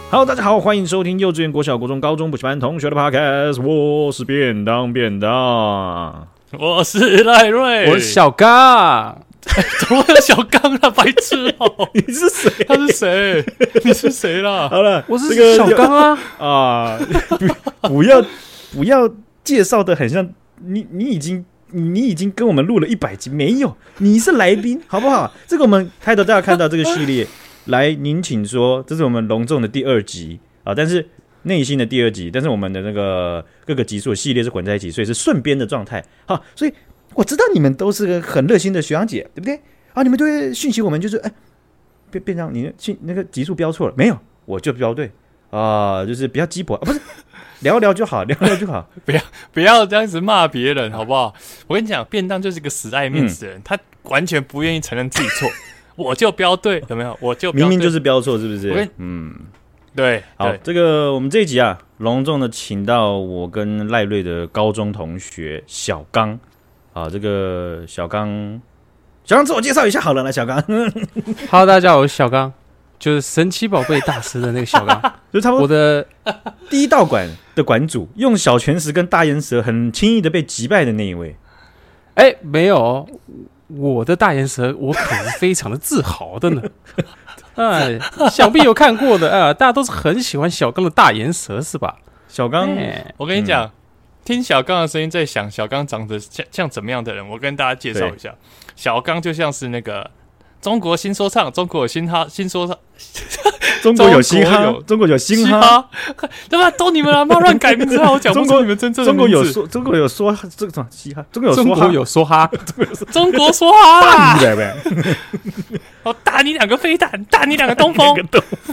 Hello， 大家好，欢迎收听幼稚园、国小、国中、高中补习班同学的 Podcast， 我是便当， 我是赖瑞， 我是小刚。 怎么有小刚啊，白痴哦！ 你是谁？ 他是谁？你是谁啦？ 好了， 我是小刚啊！ 不要介绍的很像你已经跟我们录了100集，没有，你是来宾，好不好？这个我们开头大家看到这个系列，来，您请说，这是我们隆重的第2集啊，但是内心的第2集，但是我们的那个各个集数的系列是混在一起，所以是顺编的状态。好，所以我知道你们都是个很热心的学长姐，对不对？啊，你们都会讯息我们，就是变成你那个集数标错了没有？我就标对啊，就是比较鸡婆啊，不是。聊聊就好，聊聊就好， 不要这样子骂别人，好不好？我跟你讲，便当就是一个死爱面子的人，他完全不愿意承认自己错，我就标对，有没有？我就标对明明就是标错，是不是？ 对， 好，这个我们这一集啊，隆重的请到我跟赖瑞的高中同学小刚啊，这个小刚自我介绍一下好了，来，小刚 ，Hello， 大家好，我是小刚。就是神奇宝贝大师的那个小刚， 就差不多。 我的第一道馆的馆主，用小拳石跟大岩蛇很轻易的被击败的那一位。 没有，我的大岩蛇我可是非常的自豪的呢。想必有看过的大家都是很喜欢小刚的大岩蛇是吧？ 小刚， 我跟你讲，听小刚的声音在想小刚长得像怎么样的人，我跟大家介绍一下，小刚就像是那个。中国新说唱，中国有新说唱， 中国有嘻哈，中国有新哈， 对吧？都你们他妈乱改名字，我讲不出你们真正的名字。 中国有说这个嘻哈，中国有说哈， 中国说哈， 对不对？ 我打你2个飞弹，打你2个东风。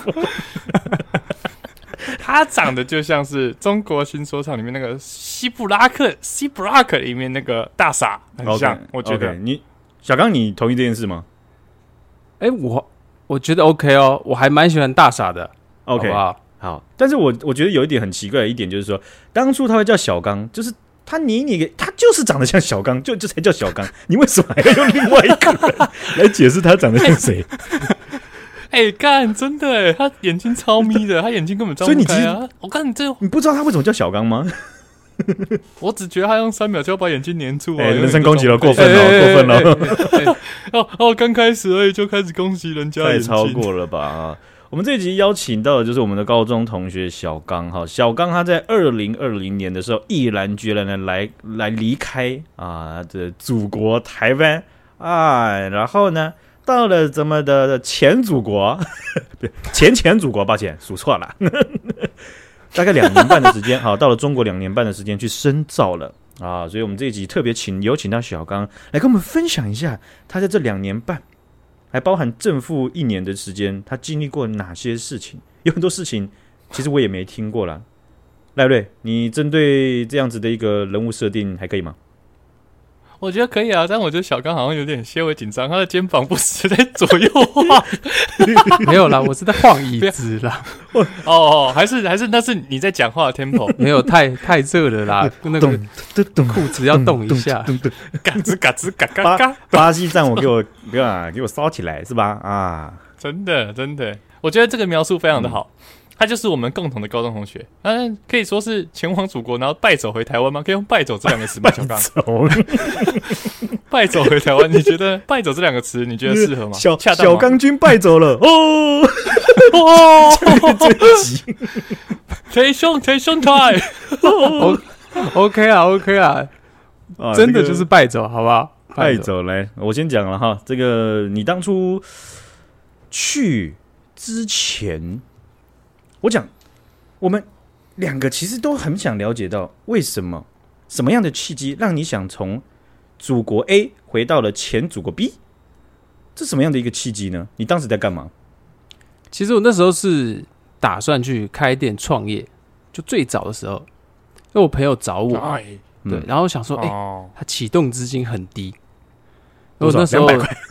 他长得就像是中国新说唱里面那个西布拉克里面那个大傻，很像。我觉得小刚，你同意这件事吗？ 我觉得 OK 哦，我还蛮喜欢大傻的 ，OK， 好不好？ 好，但是我觉得有一点很奇怪的一点就是说，当初他会叫小刚，就是他他就是长得像小刚，就才叫小刚，你为什么还要用另外一个人来解释他长得像谁？ 干真的他眼睛超眯的，他眼睛根本张不开啊！我看你不知道他为什么叫小刚吗？ 我只觉得他用3秒就要把眼睛粘住啊！ 人身攻击了，过分了！刚开始而已就开始攻击人家， 太超过了吧！我们这一集邀请到的就是我们的高中同学小刚哈，小刚他在2020年的时候毅然决然的来离开这祖国台湾然后呢到了咱们的前祖国，前祖国，抱歉数错了。大概2年半的时间，到了中国2年半的时间去深造了所以我们这一集特别有请到小刚来跟我们分享一下，他在这2年半，还包含正负1年的时间，他经历过哪些事情？有很多事情，其实我也没听过啦。赖瑞，你针对这样子的一个人物设定还可以吗？ 我觉得可以啊，但我觉得小刚好像有点些微紧张，他的肩膀不时在左右晃。 没有啦，我是在晃椅子啦。 还是那是你在讲话的 tempo， 没有太热了啦，那个裤子要动一下， 嘎吱嘎吱嘎嘎嘎。 巴西战我给我烧起来是吧？ 真的，我觉得这个描述非常的好。他就是我们共同的高中同学，可以说是前往祖国，然后败走回台湾吗？可以用“败走”这2个词吗？小刚，败走回台湾，你觉得“败走”这2个词，你觉得适合吗？ 小刚军败走了推兄台 ，OK 啦，真的就是败走，好不好？ 败走来，我先讲了哈，这个你当初去之前。我讲，我们2个其实都很想了解到，为什么样的契机让你想从祖国 A 回到了前祖国 B？ 这什么样的一个契机呢？你当时在干嘛？ 其实我那时候是打算去开店创业，就最早的时候，因为我朋友找我，对，然后想说，他启动资金很低，我那时候 200块。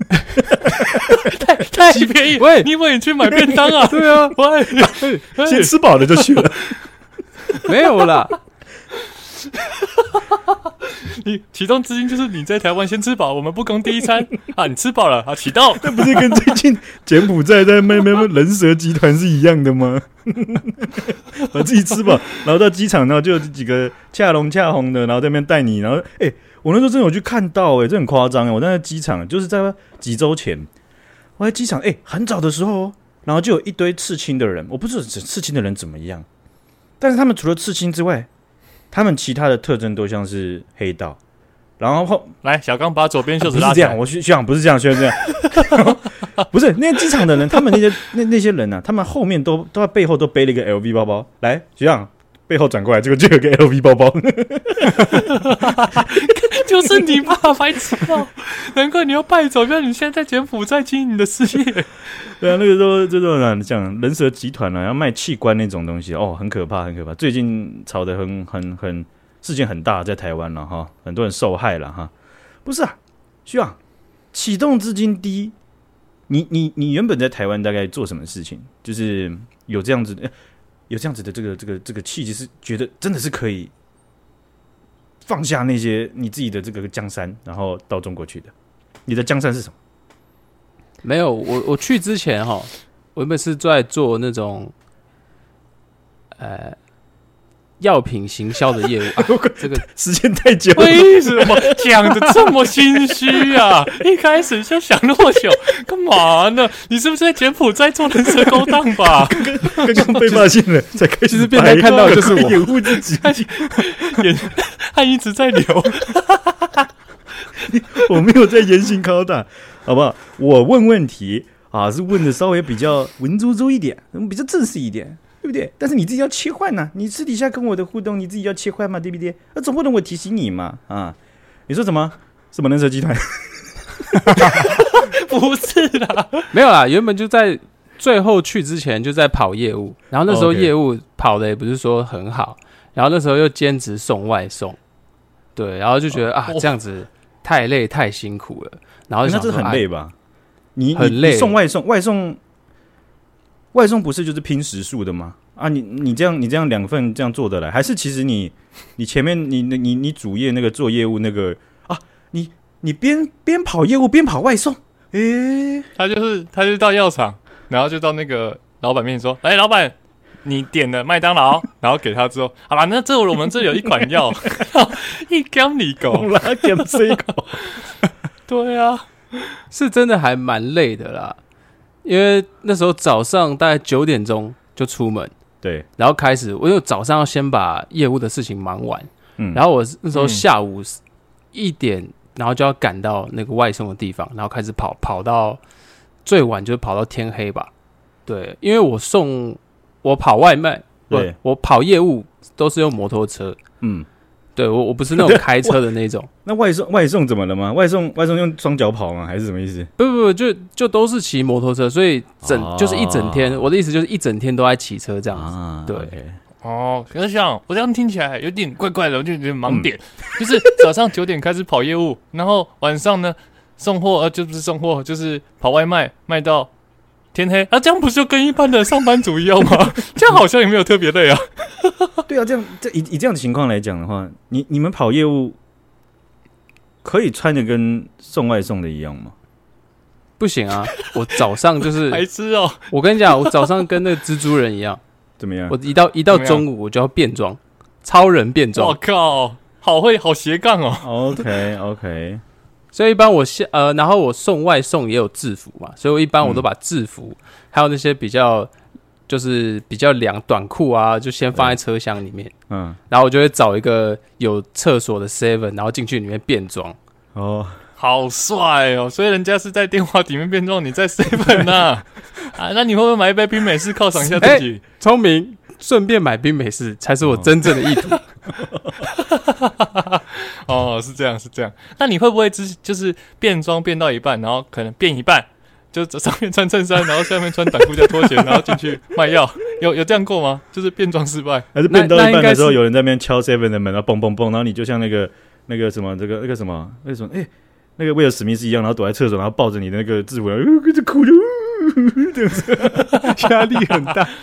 太便宜！喂，你以为你去买便当啊？ 对啊， 喂，先吃饱了就去了。 没有啦， 你启动资金就是你在台湾先吃饱，我们不供第一餐啊，你吃饱了啊，启动。 那不是跟最近柬埔寨在卖人蛇集团是一样的吗？把自己吃饱，然后到机场，然后就有几个恰龙恰红的，然后在那边带你，然后我那时候真的有去看到，这很夸张，我在机场就是在几周前，我在机场很早的时候，然后就有一堆刺青的人，我不知道刺青的人怎么样，但是他们除了刺青之外，他们其他的特征都像是黑道。然后来，小刚把左边袖子拉起来。 不是这样，我学长不是这样，学长这样，不是那些机场的人，他们那些人啊，他们后面都在背后都背了一个 LV 包包。来，学长背后转过来，这个就有个 LV 包包， 就是你吧，白痴哦！难怪你要败走，原来你现在在柬埔寨经营你的事业。 对啊，那个都这种讲人蛇集团啊，要卖器官那种东西哦，很可怕，很可怕。最近炒得很事件很大，在台湾了哈，很多人受害了哈。不是啊，学长，启动资金低，你原本在台湾大概做什么事情？就是有这样子的这个契机，是觉得真的是可以放下那些你自己的这个江山，然后到中国去的。你的江山是什么？ 没有，我去之前哈，我原本是在做那种药品行销的业务，这个时间太久了， 为什么讲的这么心虚啊？一开始就想那么久，干嘛呢？你是不是在柬埔寨做人蛇勾当吧？ 刚刚被发现了，才开始变态看到的就是我， 掩护自己， 汗一直在流。 我没有在严刑拷打，好不好？我问问题啊，是问的稍微比较文绉绉一点，比较正式一点。对不对？但是你自己要切换呢、你私底下跟我的互动，你自己要切换嘛，对不对？那总不能我提醒你嘛啊？你说什么人蛇集团？ 不是啦， 没有啦，原本就在最后去之前就在跑业务，然后那时候业务跑的也不是说很好，然后那时候又兼职送外送，对，然后就觉得这样子太累太辛苦了，然后就想说那这很累吧？你很累， 送外送不是就是拼时数的吗？啊，你这样两份这样做得来，还是其实你前面你主业那个做业务那个啊，你边跑业务边跑外送， 他就到药厂，然后就到那个老板面前说：“来，老板，你点了麦当劳，然后给他之后，好啦，那我们这里有一款药，一缸里狗， 来给这一口。” 对啊， 是真的还蛮累的啦。因为那时候早上大概9点钟就出门， 对， 然后开始，我就早上要先把业务的事情忙完，然后我那时候下午1点，然后就要赶到那个外送的地方，然后开始跑到最晚就跑到天黑吧，对，因为我跑外卖，对，我跑业务都是用摩托车，对，我不是那种开车的那种。 那外送怎么了吗？外送用双脚跑吗？还是什么意思？ 不，就都是骑摩托车，所以就是一整天。我的意思就是一整天都在骑车这样子。对。 Okay. 可是像我这样听起来有点怪怪的，我就有点盲点。就是早上9点开始跑业务，然后晚上呢送货，就不是送货，就是跑外卖，卖到天黑啊，这样不就跟一般的上班族一样吗？这样好像也没有特别累啊。 对啊，以这样的情况来讲的话，你们跑业务可以穿的跟送外送的一样吗？ 不行啊，我早上就是白痴哦。我跟你讲，我早上跟那个蜘蛛人一样， 怎么样？ 我一到中午我就要变装，超人变装。 我靠，好斜杠哦。 OK。 所以一般然后我送外送也有制服嘛，所以我一般我都把制服，还有那些比较凉短裤啊，就先放在车厢里面。然后我就会找一个有厕所的 7， 然后进去里面变装。 哦， 好帅哦！所以人家是在电话里面变装，你在 7 啊？那你会不会买一杯冰美式犒赏一下自己？ 聪明，顺便买冰美式才是我真正的意图。 哦，是这样。那你会不会就是变装变到一半，然后可能变一半，就上面穿衬衫，然后下面穿短裤加拖鞋，然后进去卖药？有这样过吗？就是变装失败， 还是变到一半的时候，有人在那边敲 7 的门，然后蹦蹦蹦，然后你就像那个什么那个什么，那个威尔史密斯一样，然后躲在厕所，然后抱着你的那个制服，这哭的，这样子，压力很大，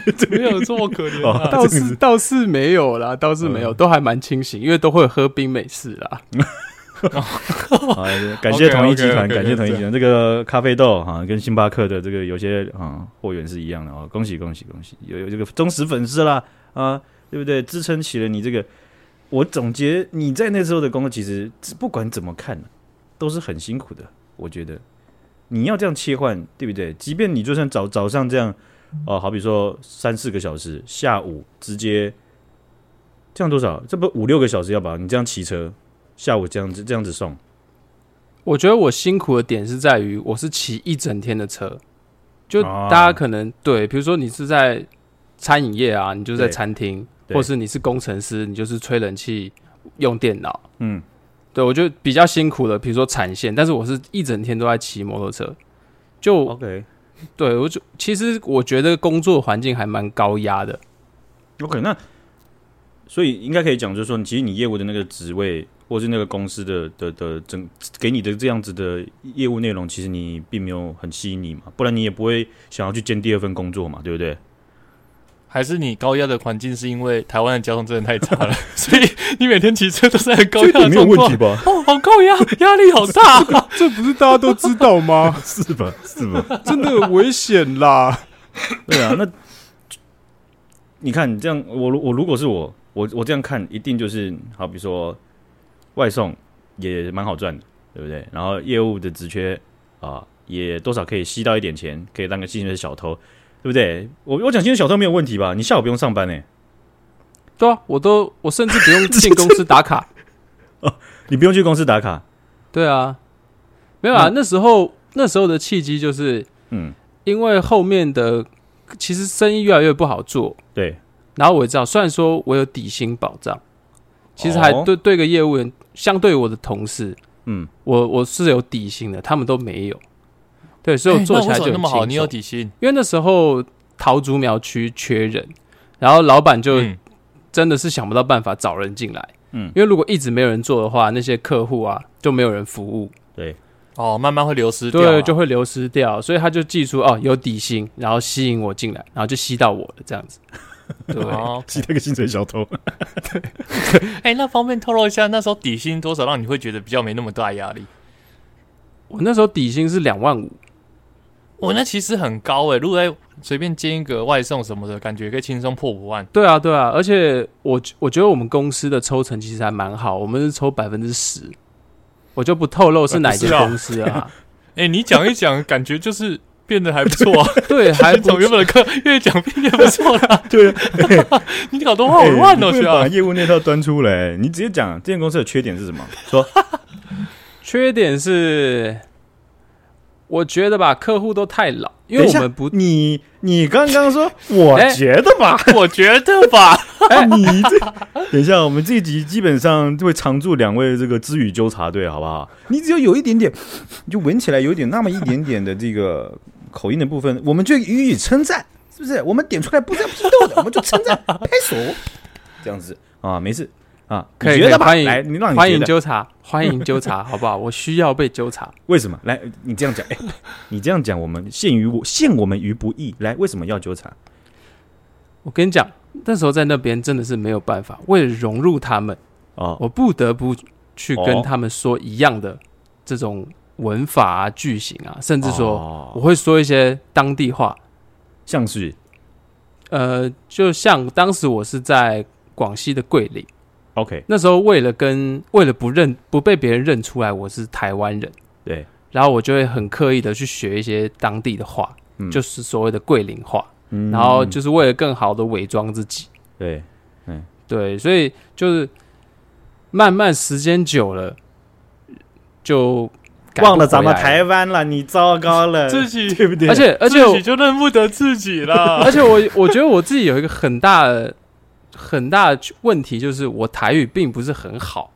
没有这么可怜啊。 倒是没有啦，倒是没有，都还蛮清醒，因为都会喝冰美式啦。 好，感谢同一集团，感谢同一集团。这个咖啡豆哈，跟星巴克的这个有些货源是一样的哦，恭喜恭喜恭喜，有这个忠实粉丝啦啊，对不对？支撑起了你这个。我总结你在那时候的工作，其实不管怎么看，都是很辛苦的。我觉得你要这样切换，对不对？即便你就算早上这样，好比说3-4个小时，下午直接这样多少？这不5-6个小时要吧？你这样骑车。下午这样子送， 我觉得我辛苦的点是在于我是骑一整天的车，就大家可能对，比如说你是在餐饮业啊，你就在餐厅，或是你是工程师，你就是吹冷气用电脑，对我觉得比较辛苦的，比如说产线，但是我是一整天都在骑摩托车，就 OK， 对其实我觉得工作环境还蛮高压的 ，OK， 那所以应该可以讲，就是说，其实你业务的那个职位。或是那个公司的整给你的这样子的业务内容，其实你并没有很吸引你嘛，不然你也不会想要去兼第二份工作嘛，对不对？ 还是你高压的环境是因为台湾的交通真的太差了，所以你每天骑车都是很高压的状况， 没有问题吧？ 哦，好高压，压力好大， 这不是大家都知道吗？ 是吧？ 真的很危险啦。 对啊，那你看你这样，我如果是我这样看，一定就是好比说。外送也蛮好赚的，对不对？然后业务的职缺也多少可以吸到一点钱，可以当个薪水小偷，对不对？我讲薪水小偷没有问题吧？你下午不用上班呢？ 对啊，我甚至不用进公司打卡。 你不用去公司打卡？ 对啊，没有啊。那时候的契机就是，因为后面的其实生意越来越不好做， 对。 然后我知道，虽然说我有底薪保障。其实还对个业务员，相对我的同事，我是有底薪的，他们都没有。对，所以我做起来就很轻松。那为什么那么好？ 你有底薪？ 因为那时候桃竹苗区缺人，然后老板就真的是想不到办法找人进来。因为如果一直没有人做的话，那些客户啊就没有人服务。 对， 慢慢会流失掉。 对，就会流失掉。所以他就记出有底薪，然后吸引我进来，然后就吸到我了这样子。对， 吸那个薪水小偷。 对，那方便透露一下，那时候底薪多少，让你会觉得比较没那么大压力？ 我那时候底薪是25000。 那其实很高如果随便接一个外送什么的，感觉可以轻松破5万。 对啊，而且我觉得我们公司的抽成其实还蛮好，我们是抽10%，我就不透露是哪间公司啊。 你讲一讲，感觉就是。变得还不错对，还不错。 从原本的课越讲越不错啦。 对， 你搞多好乱哦，需要把业务那套端出来。你直接讲这间公司的缺点是什么？说， 缺点是，我觉得吧，客户都太老，因为我们不， 你刚刚说，我觉得吧， 我觉得吧， 你这等一下，我们这一集基本上会常驻2位这个知语纠察队，好不好？你只要有一点点，你就闻起来有点那么一点点的这个。口音的部分，我们就予以称赞，是不是？我们点出来不是批斗的，我们就称赞，拍手，这样子啊，没事啊， 可以欢迎来， 欢迎纠察，欢迎纠察，好不好？我需要被纠察， 为什么？来，你这样讲，你这样讲，我们陷我们于不义。来，为什么要纠察？ 我跟你讲，那时候在那边真的是没有办法，为了融入他们，我不得不去跟他们说一样的这种。文法啊、句型啊，甚至说我会说一些当地话， 像是， 就像当时我是在广西的桂林 ，OK， 那时候为了不被别人认出来我是台湾人， 对， 然后我就会很刻意的去学一些当地的话，就是所谓的桂林话，然后就是为了更好的伪装自己， 对， 对，所以就是慢慢时间久了就。 忘了咱们台湾了，你糟糕了， 自己对不对？ 而且自己就认不得自己了。 而且我觉得我自己有一个很大的问题，就是我台语并不是很好。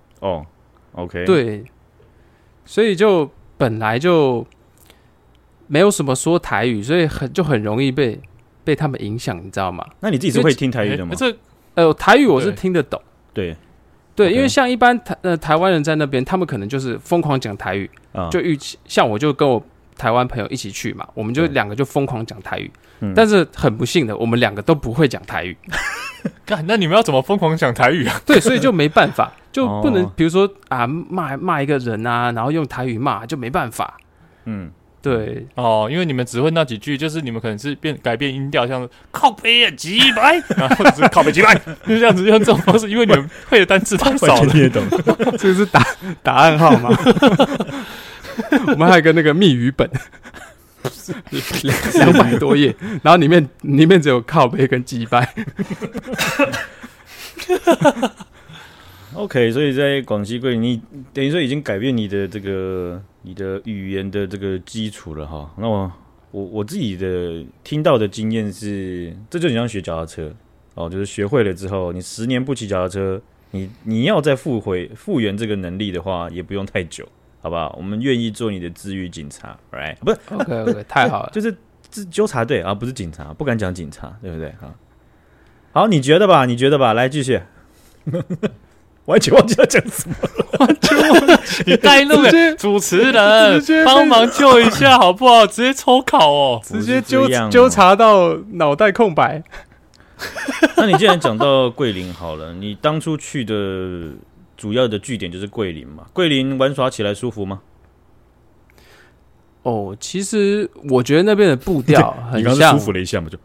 OK， 对，所以就本来就没有什么说台语，所以很容易被他们影响，你知道吗？ 那你自己是会听台语的吗？ 台语我是听得懂。 对， 因为像一般台湾人在那边，他们可能就是疯狂讲台语，就像我就跟我台湾朋友一起去嘛，我们就两个就疯狂讲台语，但是很不幸的，我们两个都不会讲台语。 干，那你们要怎么疯狂讲台语啊？ 对，所以就没办法，就不能比如说啊骂一个人啊，然后用台语骂，就没办法。对因为你们只会那几句，就是你们可能是改变音调，像靠北几百，或者是靠北几百，就这样子用这种方式，因为你们会的单词太少了。 完全听得懂， 这个是答案号吗？我们还有一个那个密语本，200多页，然后里面只有靠北跟击败。 OK， 所以在广西桂林，你等于说已经改变你的这个你的语言的这个基础了哈。那我自己的听到的经验是，这就很像学脚踏车就是学会了之后，你10年不骑脚踏车，你要再复原这个能力的话，也不用太久，好不好？我们愿意做你的治愈警察 ，right？ 不是 ，OK， 太好了， 就是纠察队啊，不是警察，不敢讲警察，对不对？好，你觉得吧？来继续。完全忘记要讲什么了， 你带路的主持人帮忙救一下好不好？直接抽考哦， 直接纠察到脑袋空白。 那你既然讲到桂林好了，你当初去的主要的据点就是桂林嘛？桂林玩耍起来舒服吗？ 其实我觉得那边的步调很像， 你刚刚舒服了一下嘛，就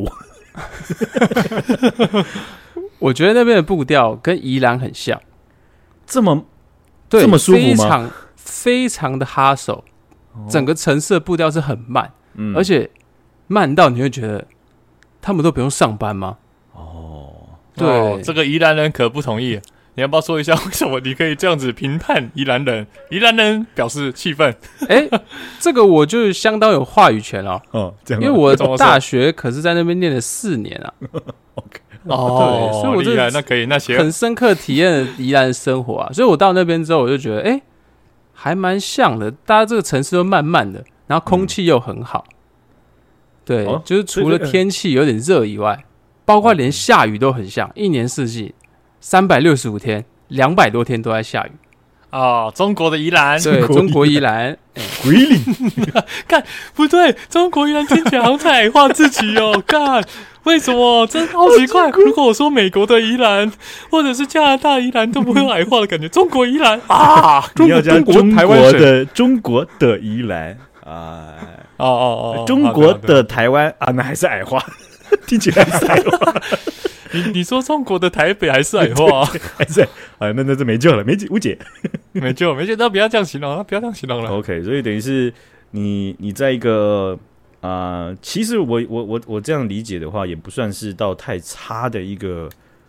我觉得那边的步调跟宜兰很像，这么舒服吗？非常的哈手，整个城市的步调是很慢，而且慢到你会觉得他们都不用上班吗？对， 这个宜兰人可不同意。你要不要说一下为什么你可以这样子评判宜兰人？宜兰人表示气愤。 这个我就相当有话语权了。因为我大学可是在那边念了4年啊。 OK。 对，所以我就那可以，那行， 很深刻体验了宜兰的生活啊。所以我到那边之后，我就觉得，还蛮像的。大家这个城市都慢慢的，然后空气又很好。对，就是除了天气有点热以外，包括连下雨都很像，一年四季365天，200多天都在下雨。 中国的宜兰， 对，中国宜兰， 桂林， 干不对，中国宜兰听起来好像在矮化自己哦，干。为什么？真好奇怪！如果我说美国的宜兰，或者是加拿大宜兰，都不会有矮化的感觉。中国宜兰你要讲中国的宜兰中国的台湾那还是矮化，听起来是矮化。 你说中国的台北还是矮化， 还是那这没救了，无解， 没救，那不要这样形容了， OK， 所以等于是你在一个。其实我这样理解的话，也不算是到太差的一个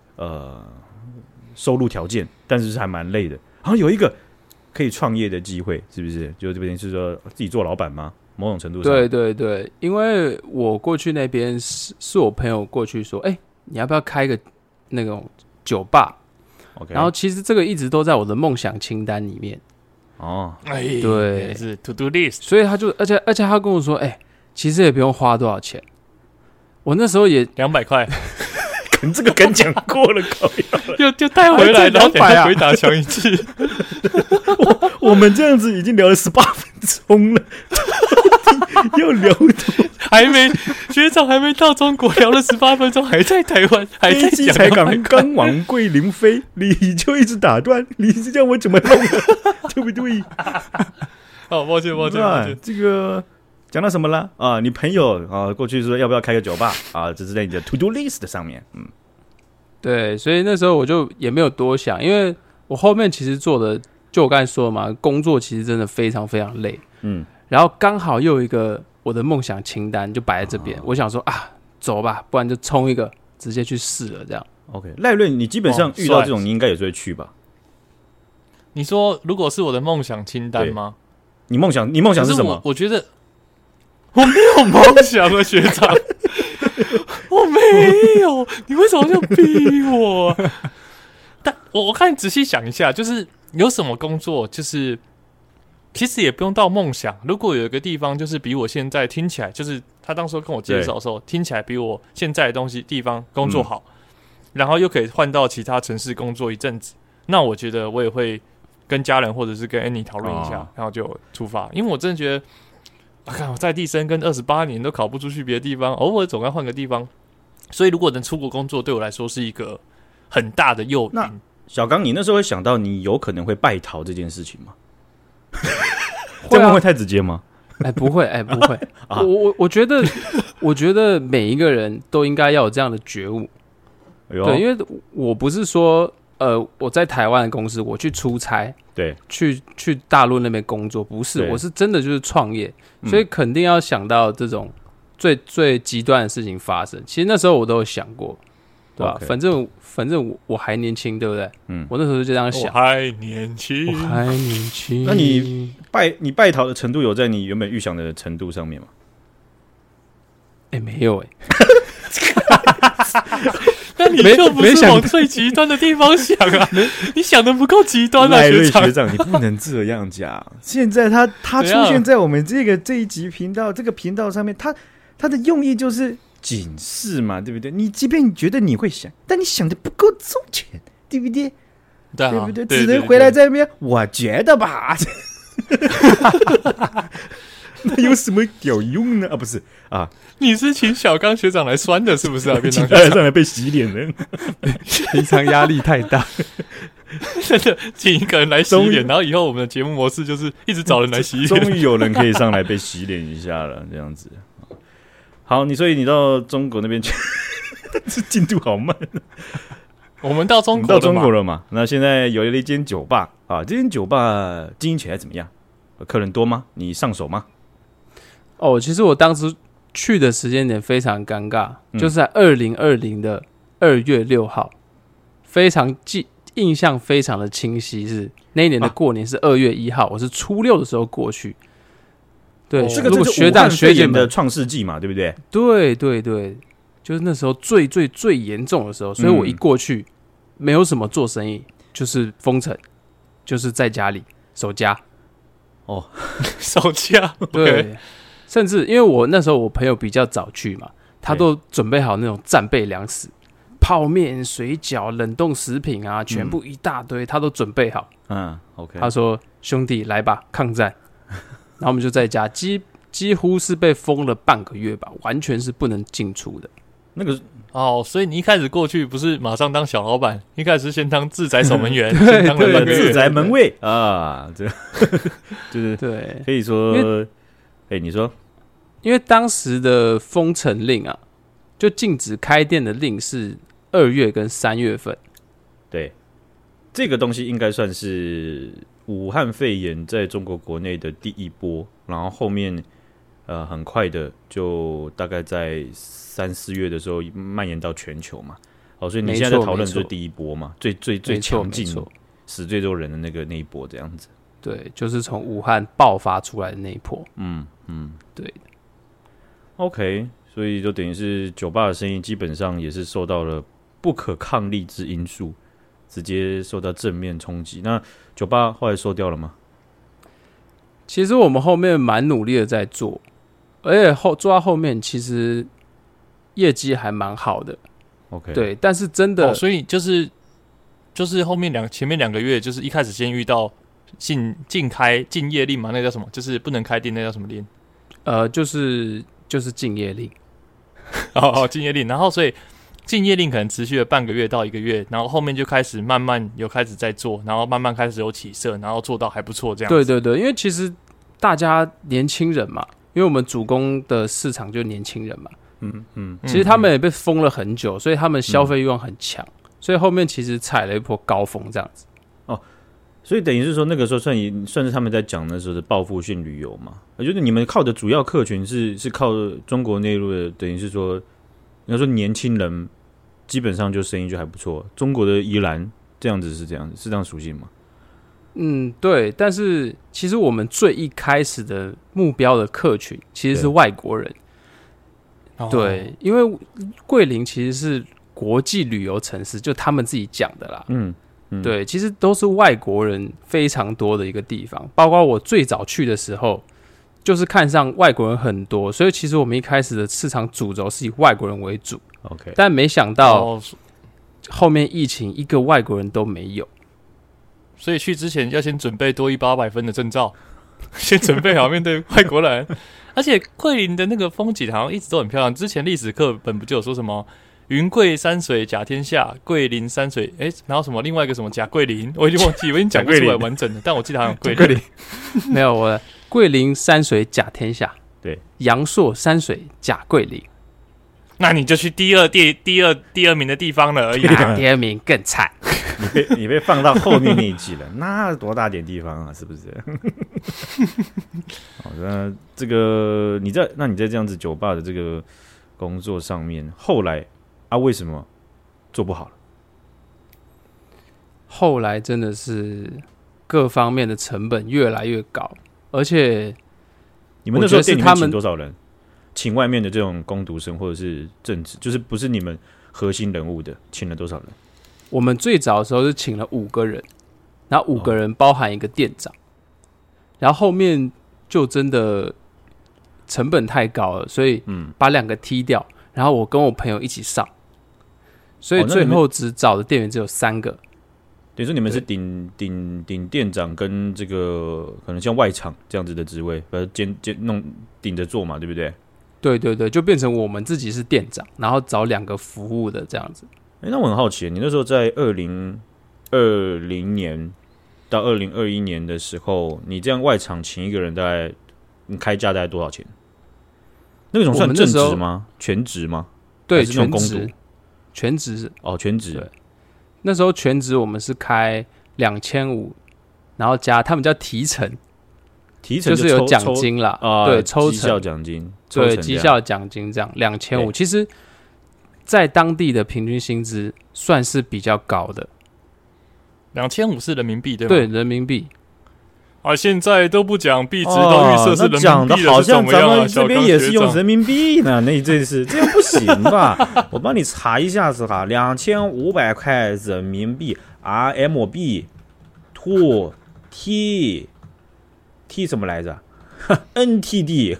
收入条件，但是还蛮累的。然后有一个可以创业的机会，是不是？就这边是说自己做老板吗？某种程度上， 对，因为我过去那边是我朋友过去说，你要不要开一个那种酒吧 ？OK， 然后其实这个一直都在我的梦想清单里面。对， 是 to do list， 所以他就而且他跟我说，其实也不用花多少钱，我那时候也 200块， 这个梗讲过了， 就带回来，然后等下回答讲一句。 我们这样子已经聊了18分钟了，又聊多， 学长还没到中国，聊了18分钟，还在台湾，还在讲， 才刚往桂林飞，你就一直打断，你是这样我怎么弄的？对不对？ 抱歉， 这个。讲到什么了你朋友过去说要不要开个酒吧这是在你的 to do list 上面。 对，所以那时候我就也没有多想，因为我后面其实做的，就我刚才说的嘛，工作其实真的非常非常累。然后刚好又有一个我的梦想清单就摆在这边，我想说走吧，不然就冲一个，直接去试了这样。 OK， 赖瑞，你基本上遇到这种，你应该也是会去吧？ 你说如果是我的梦想清单吗？ 你梦想是什么？ 我觉得。我没有梦想啊，学长，我没有，你为什么要逼我？但我看你仔细想一下，就是有什么工作，就是其实也不用到梦想。如果有一个地方，就是比我现在听起来，就是他当时跟我介绍的时候，听起来比我现在的地方工作好，然后又可以换到其他城市工作一阵子，那我觉得我也会跟家人或者是跟 Annie 讨论一下，然后就出发，因为我真的觉得。 看我在地生根28年都考不出去别的地方，偶尔总该换个地方。所以如果能出国工作，对我来说是一个很大的诱因。 小刚，你那时候会想到你有可能会败逃这件事情吗？这样会太直接吗？ 不会，不会。我觉得每一个人都应该要有这样的觉悟。对，因为我不是说我在台湾的公司我去出差， 对， 去大陆那边工作，不是，我是真的就是创业，所以肯定要想到这种最极端的事情发生。其实那时候我都有想过，对吧？反正我还年轻，对不对？我那时候就这样想， 我还年轻。 那你败逃的程度有在你原本预想的程度上面吗？ 没有那你就不是往最极端的地方想啊？你想的不够极端啊， 学长，你不能这样讲。现在他出现在我们这一集频道这个频道上面，他的用意就是警示嘛，对不对？你即便你觉得你会想，但你想的不够周全，对不对？对不对？只能回来在那边，我觉得吧。那有什么有用呢？不是啊， 你是请小刚学长来酸的，是不是啊？ 请他来上来被洗脸的， 平常压力太大， 真的请一个人来洗脸，然后以后我们的节目模式就是一直找人来洗脸。 终于有人可以上来被洗脸一下了，这样子。好，所以你到中国那边去，这进度好慢。 我们到中国了嘛？那现在有了一间酒吧啊，这间酒吧经营起来怎么样？客人多吗？你上手吗？ 其实我当时去的时间点非常尴尬，就是在2020的2月6号，印象非常的清晰，是那一年的过年是2月1号，我是初6的时候过去。对， 这个就是学长学姐的创世纪嘛，对不对？ 对对对，就是那时候最严重的时候，所以我一过去，没有什么做生意，就是封城，就是在家里守家。 守家， 对。甚至因为我那时候我朋友比较早去嘛，他都准备好那种战备粮食，泡面、水饺、冷冻食品啊，全部一大堆，他都准备好。 OK。 他说：“兄弟，来吧，抗战。”然后我们就在家，几乎是被封了半个月吧，完全是不能进出的。 那个所以你一开始过去不是马上当小老板，一开始先当自宅守门员， 先当自宅门卫啊，这就是对， 可以说，你说， 因为当时的封城令啊，就禁止开店的令是2月跟3月份。 对，这个东西应该算是武汉肺炎在中国国内的第一波，然后后面很快的就大概在3、4月的时候蔓延到全球嘛。所以你现在在讨論就是第一波嘛，最强劲、死最多人的那一波这样子。 对，就是从武汉爆发出来的那一波。对。 OK， 所以就等于是酒吧的生意基本上也是受到了不可抗力之因素，直接受到正面冲击。那酒吧后来收掉了吗？ 其实我们后面蛮努力的在做，而且做到后面其实业绩还蛮好的。 OK， 对，但是真的， 所以就是后面前面2个月，就是一开始先遇到禁业令嘛，那个叫什么？就是不能开店，那叫什么令？ 就是禁业令。 禁业令。然后所以禁业令可能持续了半个月到1个月，然后后面就开始慢慢有开始在做，然后慢慢开始有起色，然后做到还不错这样子。 对对对，因为其实大家年轻人嘛，因为我们主攻的市场就是年轻人嘛。其实他们也被封了很久，所以他们消费欲望很强，所以后面其实踩了一波高峰这样子。 所以等于是说那个时候算是他们在讲的时候的报复性旅游嘛，就是你们靠的主要客群是靠中国内陆的，等于是说应该说年轻人基本上就生意就还不错。中国的宜兰这样子是这样属性吗？ 对，但是其实我们最一开始的目标的客群其实是外国人。对，因为桂林其实是国际旅游城市，就他们自己讲的啦。对，其实都是外国人非常多的一个地方，包括我最早去的时候，就是看上外国人很多，所以其实我们一开始的市场主轴是以外国人为主。 OK， 但没想到后面疫情一个外国人都没有， 所以去之前要先准备多100-800分的证照。 先准备好面对外国人。而且桂林的那个风景好像一直都很漂亮。之前历史课本不就有说什么云贵山水甲天下，桂林山水然后什么另外一个什么甲桂林，我已经忘记，我已经讲不出来完整的，但我记得好像桂林。 没有我桂林山水甲天下， 对， 阳朔山水甲桂林。 那你就去第二名的地方了而已。 第二名更惨。 你被放到后面那一季了，那多大点地方啊，是不是？好，那这个你在这样子酒吧的这个工作上面，后来为什么做不好了？ 后来真的是各方面的成本越来越高，而且你们那时候店里面请多少人？请外面的这种工读生或者是正职，就是不是你们核心人物的，请了多少人？ 我们最早的时候是请了5个人，然后5个人包含一个店长，然后后面就真的成本太高了，所以把2个踢掉，然后我跟我朋友一起上，所以最后只找的店员只有3个。 等于说你们是顶店长跟这个可能像外场这样子的职位，弄顶着做嘛，对不对？ 对对对，就变成我们自己是店长，然后找2个服务的这样子。 那我很好奇，你那时候在2020年到2021年的时候，你这样外场请一个人，大概你开价大概多少钱？那种算正职吗？全职吗？ 对，全职，全职哦，全职。 对，那时候全职我们是开2500，然后加他们叫提成，就是有奖金啦，对，抽成绩效奖金， 对，绩效奖金这样2500，其实。在当地的平均薪资算是比较高的 ，2500是人民币对吗？ 对，人民币。 现在都不讲币值，都预设是人民币讲的好像咱们这边也是用人民币呢，那这样不行吧？我帮你查一下子哈，2500块人民币 RMB to T 什么来着？NTD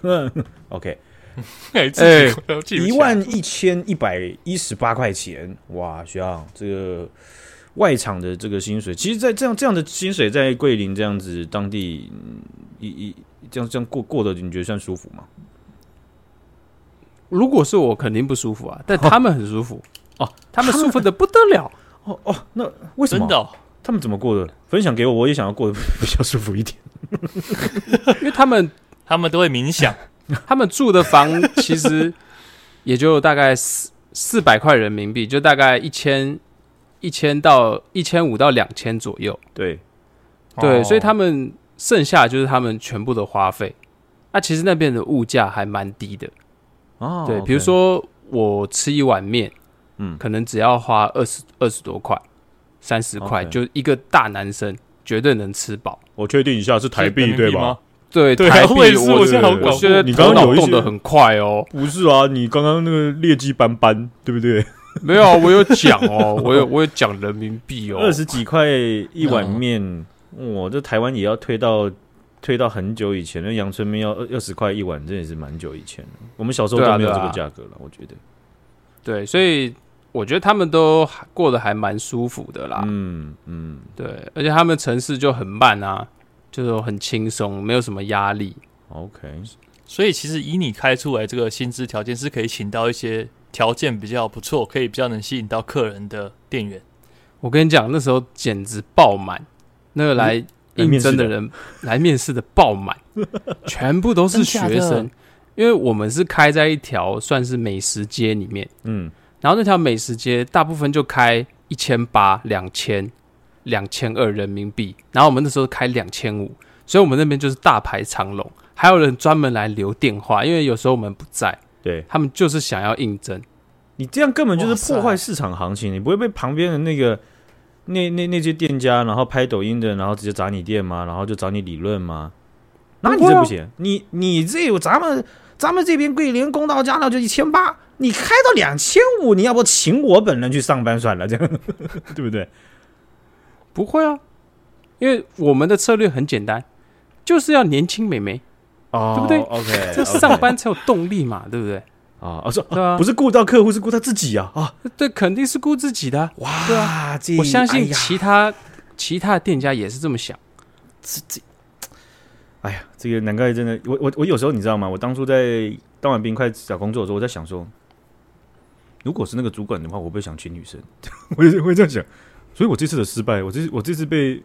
OK。11118块钱，哇！学长，这个外场的这个薪水，其实，在这样的薪水，在桂林这样子当地，这样过得，你觉得算舒服吗？ 如果是我，肯定不舒服啊，但他们很舒服哦，他们舒服的不得了那为什么？ 真的他们怎么过的？分享给我，我也想要过得比较舒服一点。 因为他们都会冥想。 他们住的房其实也就大概400块人民币，就大概1000到1500到2000左右。 对， 所以他们剩下就是他们全部的花费。其实那边的物价还蛮低的。对，比如说我吃一碗面，可能只要花20多块、30块，就一个大男生绝对能吃饱。 我确定一下是台币对吧？ 对，台币我现在你刚刚有动得很快哦。 不是啊，你刚刚那个劣迹斑斑，对不对？ 没有，我有讲哦，我有讲人民币哦 ，20几块一碗面，这台湾也要推到很久以前，那阳春面要20块一碗，真的是蛮久以前了。我们小时候都没有这个价格了，我觉得。 对，所以我觉得他们都过得还蛮舒服的啦。对，而且他们城市就很慢啊。就是很轻松，没有什么压力。 OK， 所以其实以你开出来这个薪资条件，是可以请到一些条件比较不错，可以比较能吸引到客人的店员。 我跟你讲，那时候简直爆满，那个来应征的人来面试的爆满，全部都是学生。因为我们是开在一条算是美食街里面，然后那条美食街大部分就开1800、2000。2200人民币，然后我们那时候开2500，所以我们那边就是大排长龙，还有人专门来留电话，因为有时候我们不在， 对， 他们就是想要应征。 你这样根本就是破坏市场行情，你不会被旁边的那个那些店家，然后拍抖音的，然后直接砸你店吗？然后就找你理论吗？那你这不行，你这有咱们这边桂林公道价呢就1800，你开到2500，你要不请我本人去上班算了，这样对不对？ 不会啊，因为我们的策略很简单，就是要年轻美眉，对不对 ？OK， 这上班才有动力嘛，对不对？ 对啊，不是顾到客户，是顾他自己啊！ 对，肯定是顾自己的。 哇， 对啊，我相信其他的店家也是这么想。 哎呀，这个难怪真的，我有时候你知道吗？我当初在当完兵快找工作的时候，我在想说，如果是那个主管的话，我不会想请女生，我也会这样想。所以我这次的失败，我这次被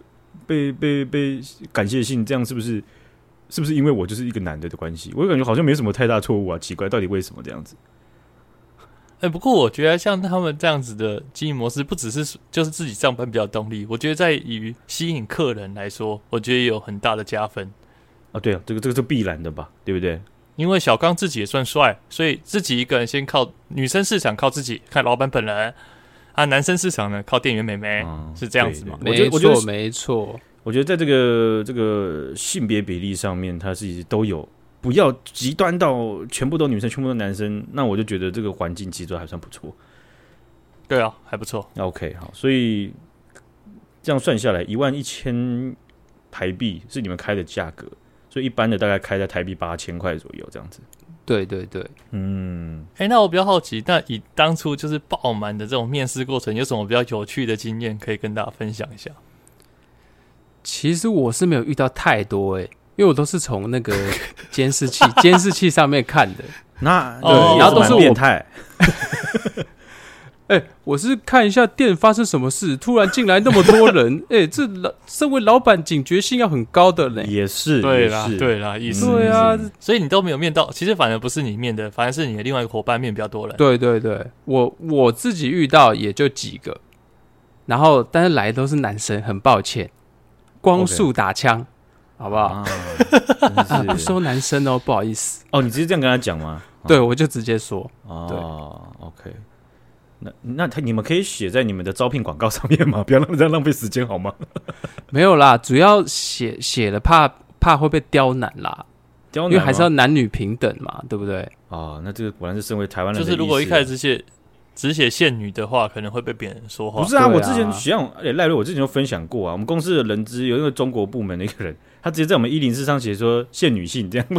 感谢信，这样是不是因为我就是一个男的关系？我感觉好像没什么太大错误啊，奇怪，到底为什么这样子？ 不过我觉得像他们这样子的经营模式，不只是就是自己上班比较动力，我觉得在于吸引客人来说，我觉得也有很大的加分啊。对啊，这个是必然的吧，对不对？ 因为小刚自己也算帅，所以自己一个人先靠女生市场靠自己，看老板本人啊，男生市场呢靠店员妹妹，是这样子吗？ 没错。 我觉得在这个性别比例上面，它是都有。不要极端到全部都女生，全部都男生，那我就觉得这个环境其实还算不错。 对啊，还不错。 OK， 好，所以这样算下来，11000台币是你们开的价格，所以一般的大概开在台币8000块左右这样子。 对对对， 那我比较好奇，那以当初就是爆满的这种面试过程，有什么比较有趣的经验可以跟大家分享一下？ 其实我是没有遇到太多因为我都是从那个监视器上面看的， 然后都是我变态。 我是看一下店发生什么事，突然进来那么多人，这身为老板警觉性要很高的嘞。 也是， 对啦，意思对啊， 所以你都没有面到，其实反而不是你面的，反而是你的另外一个伙伴面比较多人。 对对对，我自己遇到也就几个，然后但是来都是男生，很抱歉，光速打枪。好不好？不收男生哦，不好意思。 你直接这样跟他讲吗？ 对，我就直接说。 OK。那你们可以写在你们的招聘广告上面吗？不要这样浪费时间好吗？ 没有啦，主要写了怕会被刁难啦，因为还是要男女平等嘛，对不对？ 那这个果然是身为台湾人的意思。 就是如果一开始只写限女的话，可能会被别人说话。 不是啊，我之前像赖瑞，我之前就分享过啊，我们公司的人资有一个中国部门的一个人，他直接在我们104上写说限女性这样，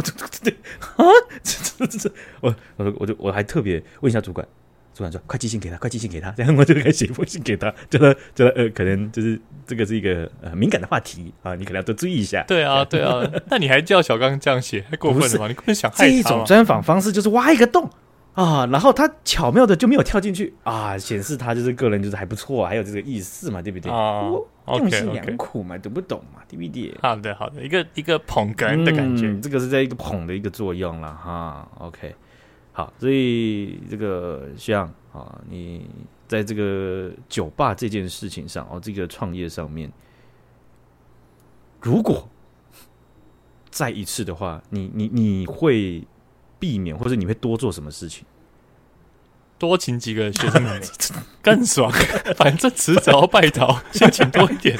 我还特别问一下主管说快寄信给他，这样我就开始写一封信给他，叫他可能就是这个是一个敏感的话题啊，你可能要多注意一下。 对啊，那你还叫小刚这样写，太过分了吧？你根本想害他吗？ 这一种专访方式就是挖一个洞。然后他巧妙的就没有跳进去显示他就是个人就是还不错，还有这个意思嘛，对不对？用心良苦嘛，懂不懂嘛？对不对？ 好的，一个捧哏的感觉， 这个是在一个捧的一个作用啦哈。OK， 好，所以这个像你在这个酒吧这件事情上这个创业上面，如果再一次的话，你会避免，或者你会多做什么事情？ 多请几个学生妹妹更爽，反正迟早要拜倒，先请多一点。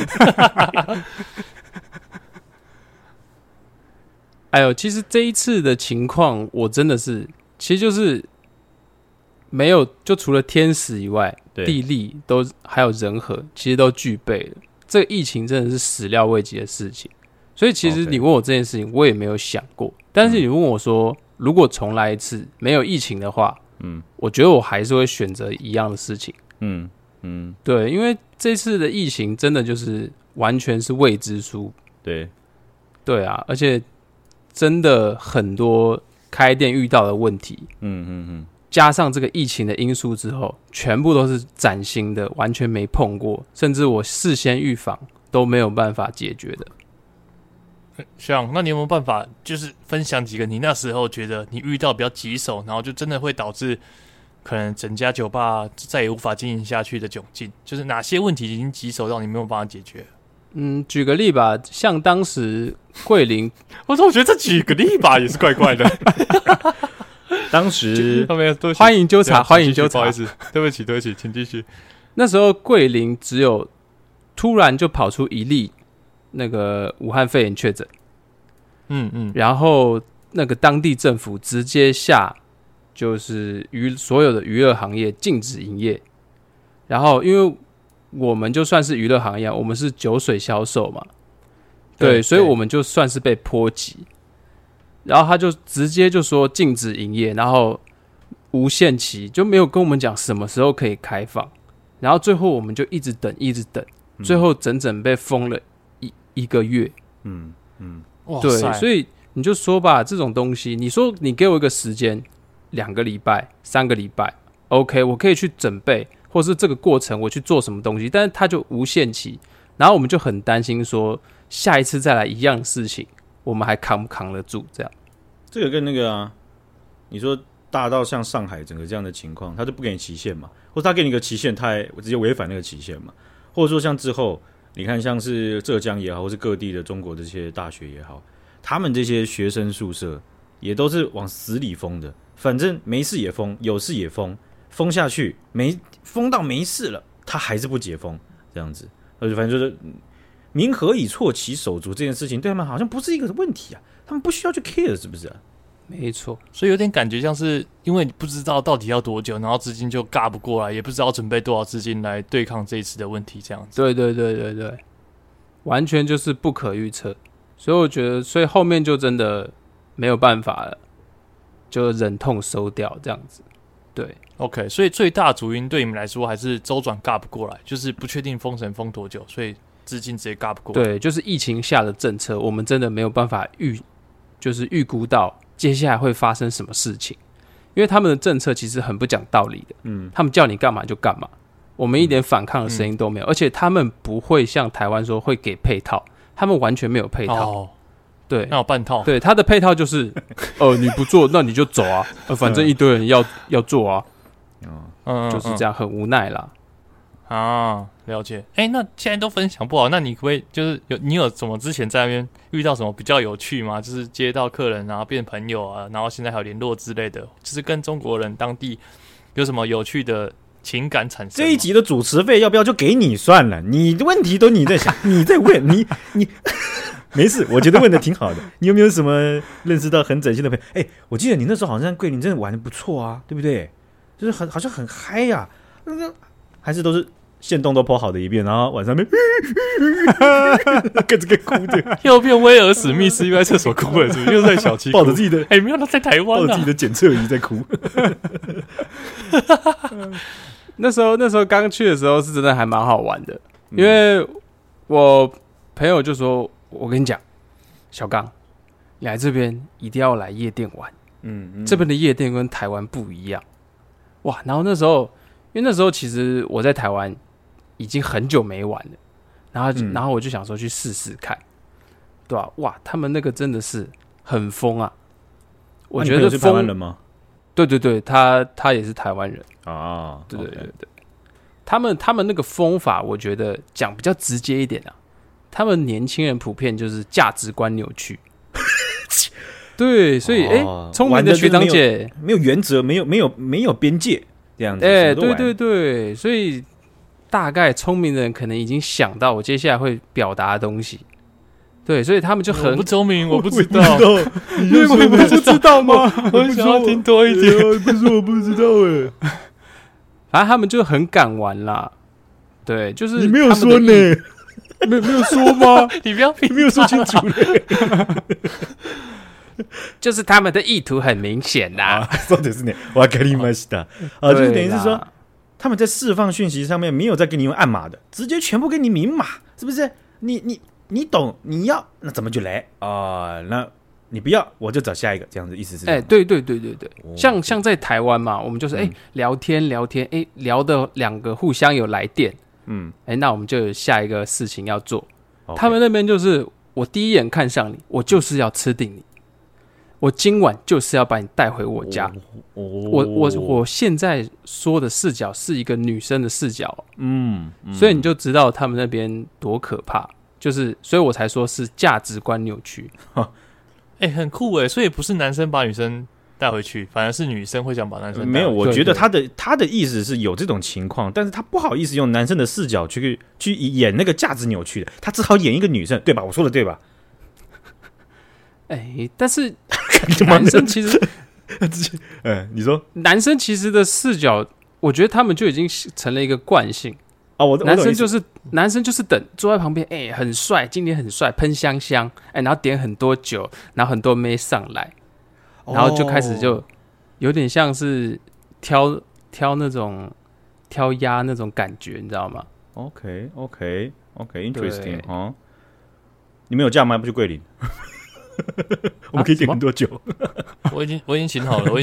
其实这一次的情况，我真的是，其实就是没有，就除了天时以外，地利都还有人和，其实都具备了。这个疫情真的是始料未及的事情，所以其实你问我这件事情，我也没有想过。但是你问我说，如果重来一次没有疫情的话，我觉得我还是会选择一样的事情。对，因为这次的疫情真的就是完全是未知数。对啊，而且真的很多开店遇到的问题，加上这个疫情的因素之后，全部都是崭新的，完全没碰过，甚至我事先预防都没有办法解决的。 那你有没有办法，就是分享几个你那时候觉得你遇到比较棘手，然后就真的会导致可能整家酒吧再也无法经营下去的窘境？就是哪些问题已经棘手到你没有办法解决？ 举个例吧，像当时桂林， 我觉得这举个例吧也是怪怪的。 当时欢迎纠察，欢迎纠察， 不好意思，对不起，请继续。 那时候桂林只有突然就跑出一例那个武汉肺炎确诊，然后那个当地政府直接就是所有的娱乐行业禁止营业，然后因为我们就算是娱乐行业，我们是酒水销售嘛，对，所以我们就算是被波及，然后他就直接就说禁止营业，然后无限期，就没有跟我们讲什么时候可以开放，然后最后我们就一直等，最后整整被封了一个月。 对，所以你就说吧，这种东西，你说你给我一个时间，2个礼拜、3个礼拜 ，OK， 我可以去准备，或是这个过程我去做什么东西，但是它就无限期，然后我们就很担心说，下一次再来一样的事情，我们还扛不扛得住？这样， 这个跟那个啊，你说大到像上海整个这样的情况，他就不给你期限嘛，或者他给你一个期限，他还直接违反那个期限嘛，或者说像之后。你看，像是浙江也好，或是各地的中国这些大学也好，他们这些学生宿舍也都是往死里封的，反正没事也封，有事也封，封下去封到没事了，他还是不解封，这样子，反正就是民何以错其手足这件事情，对他们好像不是一个问题啊，他们不需要去 care， 是不是啊？ 没错， 所以有点感觉像是因为你不知道到底要多久，然后资金就尬不过来，也不知道准备多少资金来对抗这一次的问题，这样子。 对，完全就是不可预测。所以我觉得，所以后面就真的没有办法了，就忍痛收掉这样子。对 ，OK， 所以最大主因对你们来说还是周转尬不过来，就是不确定封城封多久，所以资金直接尬不过来。 对，就是疫情下的政策，我们真的没有办法预估到接下来会发生什么事情，因为他们的政策其实很不讲道理的，他们叫你干嘛就干嘛，我们一点反抗的声音都没有，而且他们不会像台湾说会给配套，他们完全没有配套，对， 那有半套， 对，他的配套就是你不做那你就走啊，反正一堆人要做啊，就是这样，很无奈啦。 啊，了解。那现在都分享不好，那你可不可以就是你有什么之前在那边遇到什么比较有趣吗？就是接到客人然后变朋友啊，然后现在还有联络之类的，就是跟中国人当地有什么有趣的情感产生？ 这一集的主持费要不要就给你算了？你的问题都你在想，你在问你没事，我觉得问的挺好的。你有没有什么认识到很整心的朋友？我记得你那时候好像在桂林真的玩的不错啊，对不对？就是好像很嗨呀，还是都是。线动都 po 好的一遍，然后晚上面跟着个哭的， 又变威尔史密斯，又在厕所哭了，是不是？又在小区抱着自己的， 没有，他在台湾， 抱着自己的检测仪在哭。 那时候刚去的时候是真的还蛮好玩的，因为我朋友就说：“我跟你讲，小刚，你来这边一定要来夜店玩，这边的夜店跟台湾不一样。”哇！然后那时候，因为那时候其实我在台湾。已经很久没玩了，然后我就想说去试试看，对吧？哇，他们那个真的是很疯啊！我觉得是台湾人吗？ 对，他也是台湾人啊。 对，他们那个疯法，我觉得讲比较直接一点啊，他们年轻人普遍就是价值观扭曲。对，所以聪明的学长姐没有原则，没有边界这样子。 对，所以。大概聪明的人可能已经想到我接下来会表达的东西，对，所以他们就很不聪明，我不知道， 你不知道吗？ 我想要听多一点， 不是我不知道反正他们就很敢玩啦，对，就是你没有说呢，没有说吗？ 你不要， 你没有说清楚嘞， 就是他们的意图很明显啦。 そうですね、わかりました。就是等于是说。他们在释放讯息上面没有再给你用暗码的，直接全部给你明码，是不是？你懂，你要那怎么就来啊？那你不要，我就找下一个，这样子意思是？ 对，像在台湾嘛，我们就是聊天，聊的两个互相有来电，那我们就有下一个事情要做。他们那边就是我第一眼看上你，我就是要吃定你。我今晚就是要把你带回我家。我现在说的视角是一个女生的视角，所以你就知道他们那边多可怕，就是所以我才说是价值观扭曲。 很酷所以不是男生把女生带回去，反而是女生会想把男生带回去。 没有，我觉得他的意思是有这种情况，但是他不好意思用男生的视角去演那个价值扭曲的，他只好演一个女生，对吧？我说的对吧？ 但是男生其实， 你说男生其实的视角，我觉得他们就已经成了一个惯性啊。 男生就是等坐在旁边，很帅，今天很帅，喷香香，然后点很多酒，然后很多妹上来，然后就开始就有点像是挑那种挑鸭那种感觉，你知道吗 ？OK，interesting 你没有嫁吗？不去桂林？ 我们可以点更多酒。 我已经请好了，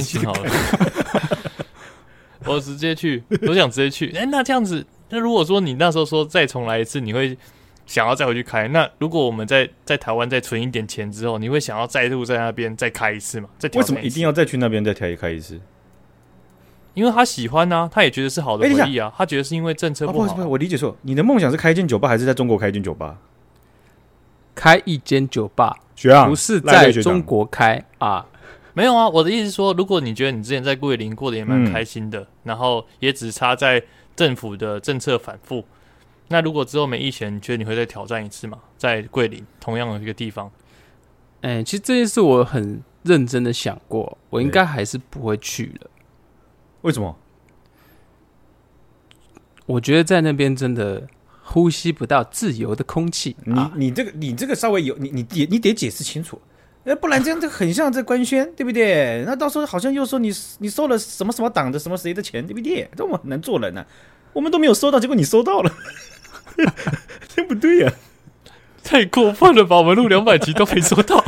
我直接去，我想直接去。那这样子，那如果说你那时候说再重来一次，你会想要再回去开？那如果我们在台湾再存一点钱之后，你会想要再度在那边再开一次吗？ 为什么一定要再去那边再开一次？ 因为他喜欢啊，他也觉得是好的回忆啊，他觉得是因为政策不好。 不好，我理解错，你的梦想是开一间酒吧，还是在中国开一间酒吧？ 开一间酒吧， 不是在中国开啊。 没有啊，我的意思是说，如果你觉得你之前在桂林过得也蛮开心的，然后也只差在政府的政策反复，那如果之后没疫情，你觉得你会再挑战一次吗？在桂林同样的一个地方？ 其实这件事我很认真的想过，我应该还是不会去了。 为什么？ 我觉得在那边真的呼吸不到自由的空气。 你这个稍微有你得解释清楚，不然这样就很像在官宣，对不对？那到时候好像又说你收了什么什么党的什么谁的钱，对不对？这我很难做人啊，我们都没有收到，结果你收到了，这不对呀、 太过分了吧！我们录200集都没收到，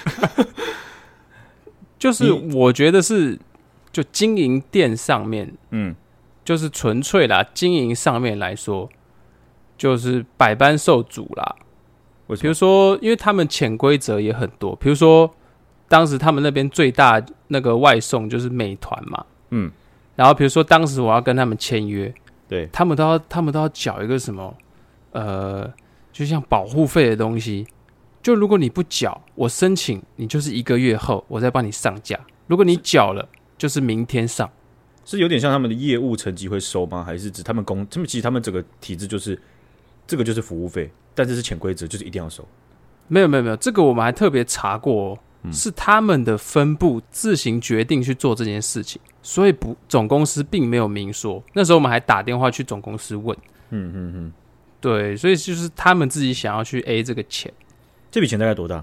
就是我觉得是。就经营店上面，就是纯粹啦，经营上面来说，就是百般受阻啦。比如说，因为他们潜规则也很多，比如说当时他们那边最大那个外送就是美团嘛，然后比如说当时我要跟他们签约， 对， 他们都要缴一个什么，就像保护费的东西，就如果你不缴，我申请你就是1个月后我再帮你上架，如果你缴了。就是明天上， 是有点像他们的业务层级会收吗？还是指他们其实他们整个体制就是这个就是服务费，但这是潜规则，就是一定要收。 没有，这个我们还特别查过是他们的分部自行决定去做这件事情，所以总公司并没有明说。那时候我们还打电话去总公司问，对，所以就是他们自己想要去 A 这个钱。 这笔钱大概多大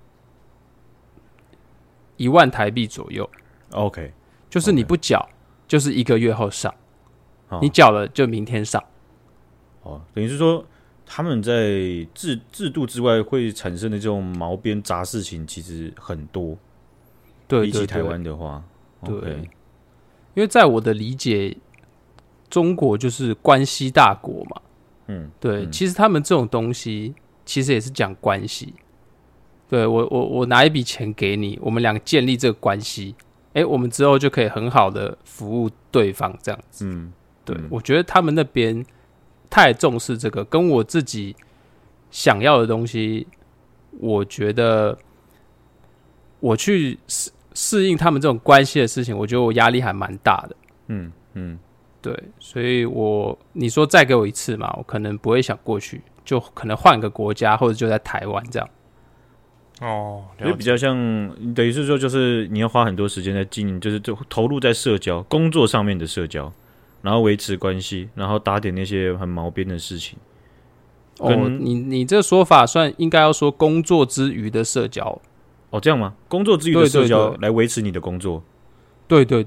？1万台币左右。 OK， 就是你不缴，就是1个月后上；你缴了就明天上。 等于是说他们在制度之外会产生的这种毛边杂事情其实很多。 对， 比起台湾的话， 对，因为在我的理解，中国就是关系大国嘛。对，其实他们这种东西其实也是讲关系。对，我拿一笔钱给你，我们俩建立这个关系。我们之后就可以很好的服务对方，这样子。对，我觉得他们那边太重视这个，跟我自己想要的东西，我觉得我去适应他们这种关系的事情，我觉得我压力还蛮大的。对，所以你说再给我一次嘛，我可能不会想过去，就可能换个国家，或者就在台湾这样。 所以比较像，等于是说，就是你要花很多时间在经营，就是投入在社交、工作上面的社交，然后维持关系，然后打点那些很毛边的事情。 你这说法算应该要说工作之余的社交。 这样吗？工作之余的社交来维持你的工作。 对。就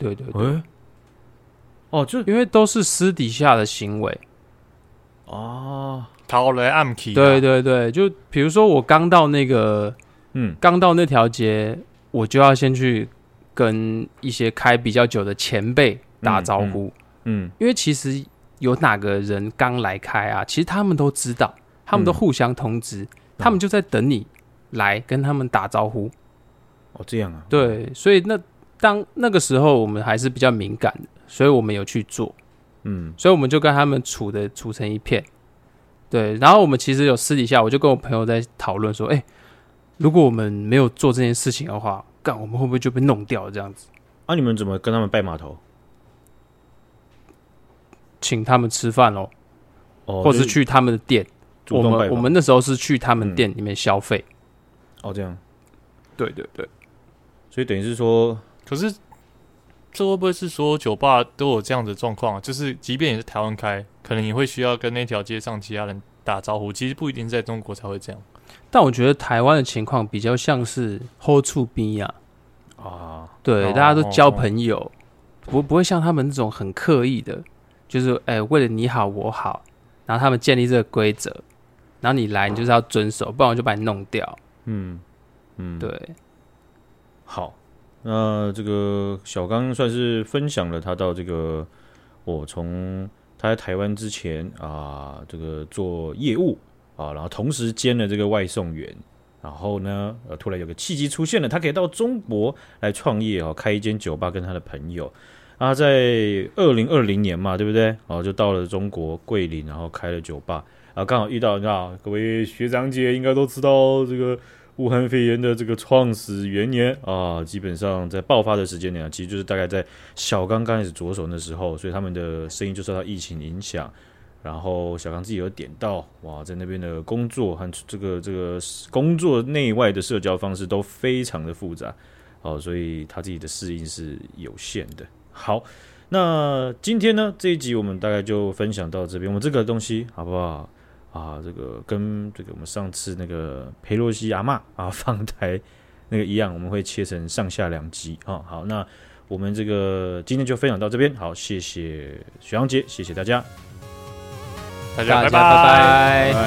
因为都是私底下的行为。 逃来暗起。 对，就比如说我刚到那条街，我就要先去跟一些开比较久的前辈打招呼。因为其实有哪个人刚来开啊，其实他们都知道，他们都互相通知，他们就在等你来跟他们打招呼。 这样啊。 对，所以当那个时候我们还是比较敏感的，所以我们有去做。所以我们就跟他们处成一片。对，然后我们其实有私底下，我就跟我朋友在讨论说，如果我们没有做这件事情的话，我们会不会就被弄掉了这样子？ 你们怎么跟他们拜码头？ 请他们吃饭咯，或是去他们的店。我们那时候是去他们店里面消费。 这样。 对。 所以等于是说， 可是这会不会是所有酒吧都有这样的状况啊？就是即便你是台湾开，可能你会需要跟那条街上其他人打招呼，其实不一定在中国才会这样。 但我觉得台湾的情况比较像是 hold 住边对，大家都交朋友，不会像他们那种很刻意的，就是为了你好我好，然后他们建立这个规则，然后你来你就是要遵守，不然我就把你弄掉。 对， 好，那这个小刚算是分享了他到这个从他在台湾之前啊，这个做业务啊，然后同时兼了这个外送员。然后呢，突然有个契机出现了，他可以到中国来创业哦，开一间酒吧跟他的朋友。啊，在2020年嘛，对不对？哦，就到了中国桂林，然后开了酒吧。啊，刚好遇到，各位学长姐应该都知道这个武汉肺炎的这个创始元年啊，基本上在爆发的时间点，其实就是大概在小刚刚开始着手那时候，所以他们的生意就受到疫情影响。然后小刚自己有点到，哇，在那边的工作和这个工作内外的社交方式都非常的复杂，所以他自己的适应是有限的。好，那今天呢这一集我们大概就分享到这边，我们这个东西好不好啊？这个跟这个我们上次那个裴洛西阿嬷访台那个一样，我们会切成上下2集啊。好，那我们这个今天就分享到这边，好，谢谢许阳姐，谢谢大家。 大家拜拜拜。